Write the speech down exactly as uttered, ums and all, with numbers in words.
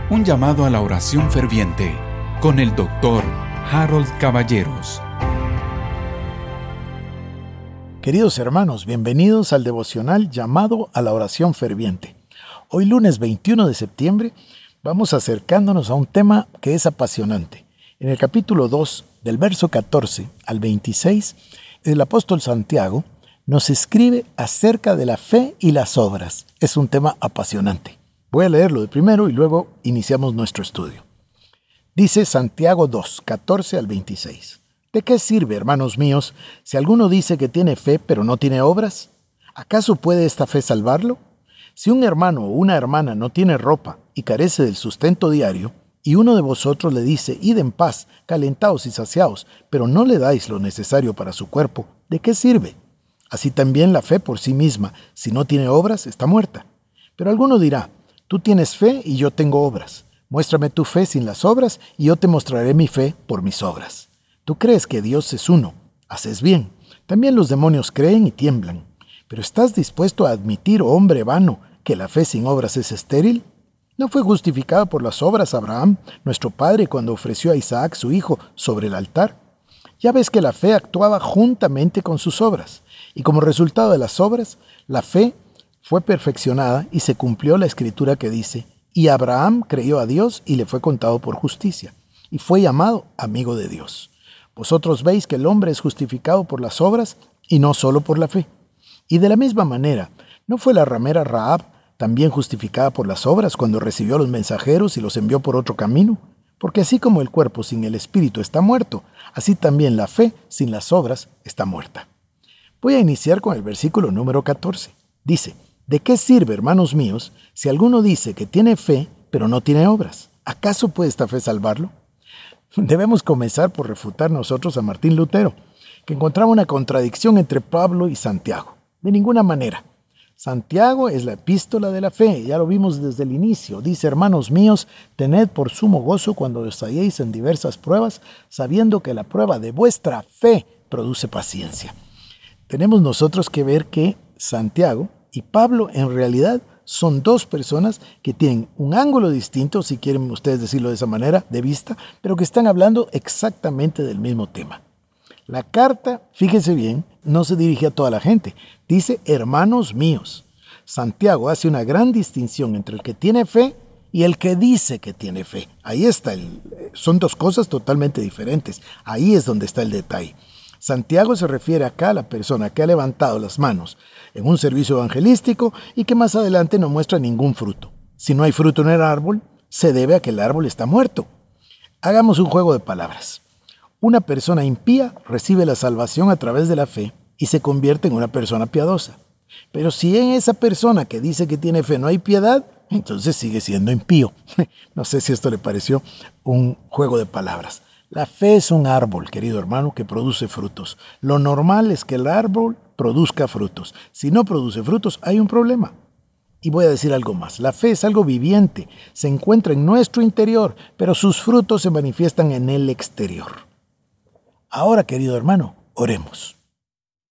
Un llamado a la oración ferviente con el doctor Harold Caballeros. Queridos hermanos, bienvenidos al devocional llamado a la oración ferviente. Hoy lunes veintiuno de septiembre vamos acercándonos a un tema que es apasionante. En el capítulo dos, del verso catorce al veintiséis, el apóstol Santiago nos escribe acerca de la fe y las obras. Es un tema apasionante. Voy a leerlo de primero y luego iniciamos nuestro estudio. Dice Santiago dos, catorce al veintiséis. ¿De qué sirve, hermanos míos, si alguno dice que tiene fe pero no tiene obras? ¿Acaso puede esta fe salvarlo? Si un hermano o una hermana no tiene ropa y carece del sustento diario, y uno de vosotros le dice, id en paz, calentaos y saciaos, pero no le dais lo necesario para su cuerpo, ¿de qué sirve? Así también la fe por sí misma, si no tiene obras, está muerta. Pero alguno dirá, tú tienes fe y yo tengo obras. Muéstrame tu fe sin las obras y yo te mostraré mi fe por mis obras. Tú crees que Dios es uno. Haces bien. También los demonios creen y tiemblan. Pero ¿estás dispuesto a admitir, oh hombre vano, que la fe sin obras es estéril? ¿No fue justificado por las obras Abraham, nuestro padre, cuando ofreció a Isaac su hijo sobre el altar? Ya ves que la fe actuaba juntamente con sus obras. Y como resultado de las obras, la fe fue perfeccionada y se cumplió la escritura que dice, y Abraham creyó a Dios y le fue contado por justicia, y fue llamado amigo de Dios. Vosotros veis que el hombre es justificado por las obras y no solo por la fe. Y de la misma manera, ¿no fue la ramera Rahab también justificada por las obras cuando recibió a los mensajeros y los envió por otro camino? Porque así como el cuerpo sin el espíritu está muerto, así también la fe sin las obras está muerta. Voy a iniciar con el versículo número catorce. Dice, ¿de qué sirve, hermanos míos, si alguno dice que tiene fe, pero no tiene obras? ¿Acaso puede esta fe salvarlo? Debemos comenzar por refutar nosotros a Martín Lutero, que encontraba una contradicción entre Pablo y Santiago. De ninguna manera. Santiago es la epístola de la fe, ya lo vimos desde el inicio. Dice, hermanos míos, tened por sumo gozo cuando os halléis en diversas pruebas, sabiendo que la prueba de vuestra fe produce paciencia. Tenemos nosotros que ver que Santiago y Pablo en realidad son dos personas que tienen un ángulo distinto, si quieren ustedes decirlo de esa manera, de vista, pero que están hablando exactamente del mismo tema. La carta, fíjense bien, no se dirige a toda la gente, dice hermanos míos. Santiago hace una gran distinción entre el que tiene fe y el que dice que tiene fe. Ahí está, el, son dos cosas totalmente diferentes, ahí es donde está el detalle. Santiago se refiere acá a la persona que ha levantado las manos en un servicio evangelístico y que más adelante no muestra ningún fruto. Si no hay fruto en el árbol, se debe a que el árbol está muerto. Hagamos un juego de palabras. Una persona impía recibe la salvación a través de la fe y se convierte en una persona piadosa. Pero si en esa persona que dice que tiene fe no hay piedad, entonces sigue siendo impío. No sé si esto le pareció un juego de palabras. La fe es un árbol, querido hermano, que produce frutos. Lo normal es que el árbol produzca frutos. Si no produce frutos, hay un problema. Y voy a decir algo más. La fe es algo viviente, se encuentra en nuestro interior, pero sus frutos se manifiestan en el exterior. Ahora, querido hermano, oremos.